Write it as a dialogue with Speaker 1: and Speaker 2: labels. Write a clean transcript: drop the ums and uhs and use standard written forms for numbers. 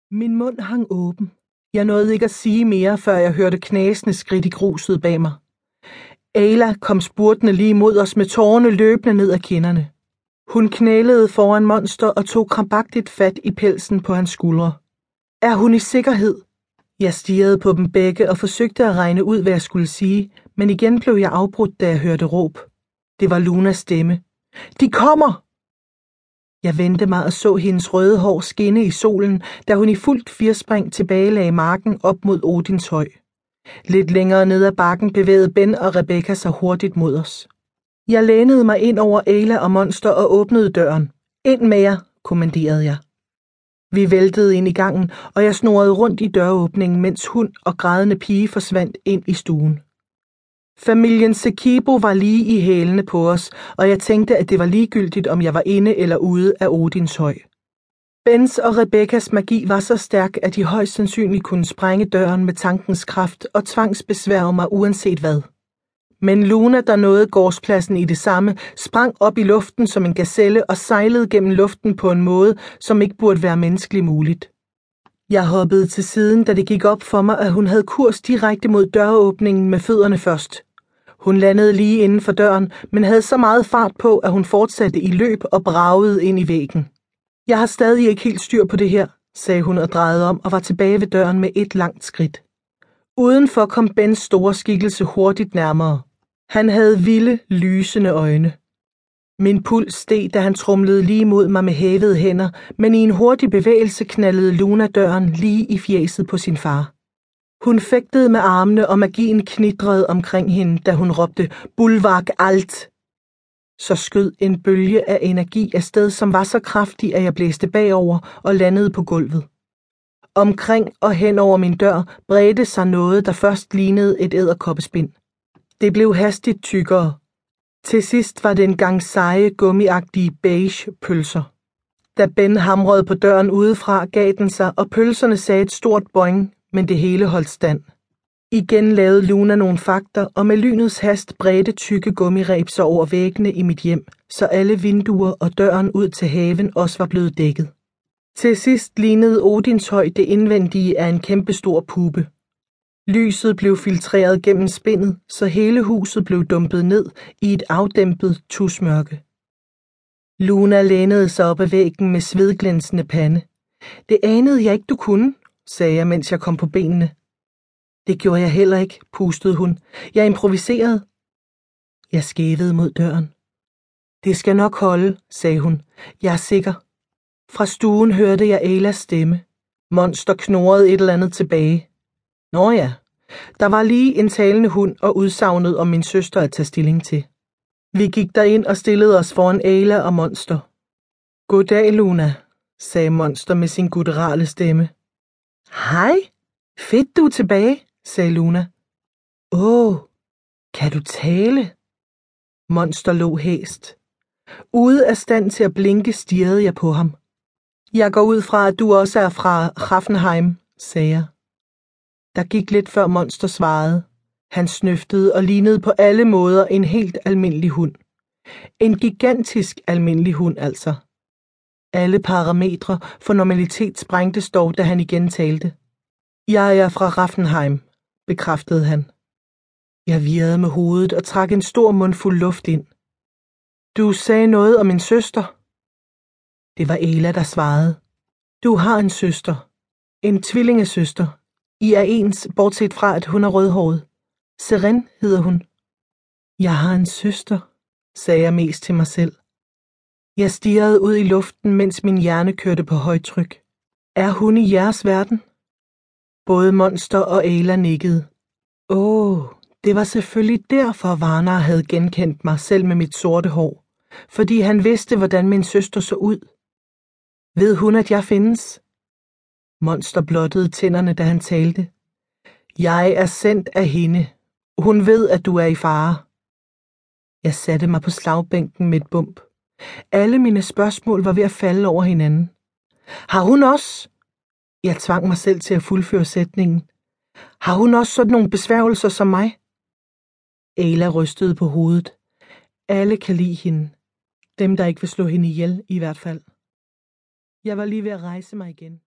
Speaker 1: Min mund hang åben. Jeg nåede ikke at sige mere, før jeg hørte knasende skridt i gruset bag mig. Ayla kom spurtende lige mod os med tårerne løbende ned ad kinderne. Hun knælede foran Monster og tog krampagtigt fat i pelsen på hans skuldre. Er hun i sikkerhed? Jeg stirrede på dem begge og forsøgte at regne ud, hvad jeg skulle sige, men igen blev jeg afbrudt, da jeg hørte råb. Det var Lunas stemme. De kommer! Jeg vendte mig og så hendes røde hår skinne i solen, da hun i fuldt firspring tilbagelagde marken op mod Odinshøj. Lidt længere ned ad bakken bevægede Ben og Rebecca sig hurtigt mod os. Jeg lænede mig ind over Ayla og Monster og åbnede døren. Ind med jer, kommanderede jeg. Vi væltede ind i gangen, og jeg snurrede rundt i døråbningen, mens hund og grædende pige forsvandt ind i stuen. Familien Sekibo var lige i hælene på os, og jeg tænkte, at det var ligegyldigt, om jeg var inde eller ude af Odinshøj. Bens og Rebeccas magi var så stærk, at de højst sandsynligt kunne sprænge døren med tankens kraft og tvangsbesværge mig uanset hvad. Men Luna, der nåede gårdspladsen i det samme, sprang op i luften som en gazelle og sejlede gennem luften på en måde, som ikke burde være menneskelig muligt. Jeg hoppede til siden, da det gik op for mig, at hun havde kurs direkte mod døråbningen med fødderne først. Hun landede lige inden for døren, men havde så meget fart på, at hun fortsatte i løb og bragede ind i væggen. Jeg har stadig ikke helt styr på det her, sagde hun og drejede om og var tilbage ved døren med et langt skridt. Udenfor kom Bens store skikkelse hurtigt nærmere. Han havde vilde, lysende øjne. Min puls steg, da han tromlede lige mod mig med hævede hænder, men i en hurtig bevægelse knaldede Luna døren lige i fjeset på sin far. Hun fægtede med armene, og magien knitrede omkring hende, da hun råbte, Bulwark alt! Så skød en bølge af energi afsted, som var så kraftig, at jeg blæste bagover og landede på gulvet. Omkring og hen over min dør bredte sig noget, der først lignede et edderkoppespind. Det blev hastigt tykkere. Til sidst var det en gang seje, gummiagtige beige pølser. Da Ben hamrede på døren udefra, gav den sig, og pølserne sagde et stort boing, men det hele holdt stand. Igen lavede Luna nogle fakter, og med lynets hast bredte tykke gummireb sig over væggene i mit hjem, så alle vinduer og døren ud til haven også var blevet dækket. Til sidst lignede Odinshøj det indvendige af en kæmpestor puppe. Lyset blev filtreret gennem spindet, så hele huset blev dumpet ned i et afdæmpet tusmørke. Luna lænede sig op ad væggen med svedglænsende pande. Det anede jeg ikke, du kunne, sagde jeg, mens jeg kom på benene. Det gjorde jeg heller ikke, pustede hun. Jeg improviserede. Jeg skævede mod døren. Det skal nok holde, sagde hun. Jeg er sikker. Fra stuen hørte jeg Aylas stemme. Monster knurrede et eller andet tilbage. Nå ja, der var lige en talende hund og udsagnet om min søster at tage stilling til. Vi gik derind og stillede os foran Ayla og Monster. Goddag, Luna, sagde Monster med sin gutturale stemme. Hej, fedt du er tilbage, sagde Luna. Kan du tale? Monster lå hæst. Ude af stand til at blinke stirrede jeg på ham. Jeg går ud fra, at du også er fra Raffenheim, sagde jeg. Der gik lidt før Monster svarede. Han snøftede og lignede på alle måder en helt almindelig hund. En gigantisk almindelig hund, altså. Alle parametre for normalitet sprængtes dog, da han igen talte. Jeg er fra Raffenheim, bekræftede han. Jeg virrede med hovedet og trak en stor mundfuld luft ind. Du sagde noget om en søster. Det var Ayla, der svarede. Du har en søster. En tvillingesøster. I er ens, bortset fra, at hun er rødhåret. Seren hedder hun. Jeg har en søster, sagde jeg mest til mig selv. Jeg stirrede ud i luften, mens min hjerne kørte på højtryk. Er hun i jeres verden? Både Monster og Ayla nikkede. Det var selvfølgelig derfor, Varnar havde genkendt mig selv med mit sorte hår. Fordi han vidste, hvordan min søster så ud. Ved hun, at jeg findes? Monster blottede tænderne, da han talte. Jeg er sendt af hende. Hun ved, at du er i fare. Jeg satte mig på slagbænken med et bump. Alle mine spørgsmål var ved at falde over hinanden. Har hun også? Jeg tvang mig selv til at fuldføre sætningen. Har hun også sådan nogle besværgelser som mig? Ayla rystede på hovedet. Alle kan lide hende. Dem, der ikke vil slå hende ihjel, i hvert fald. Jeg var lige ved at rejse mig igen.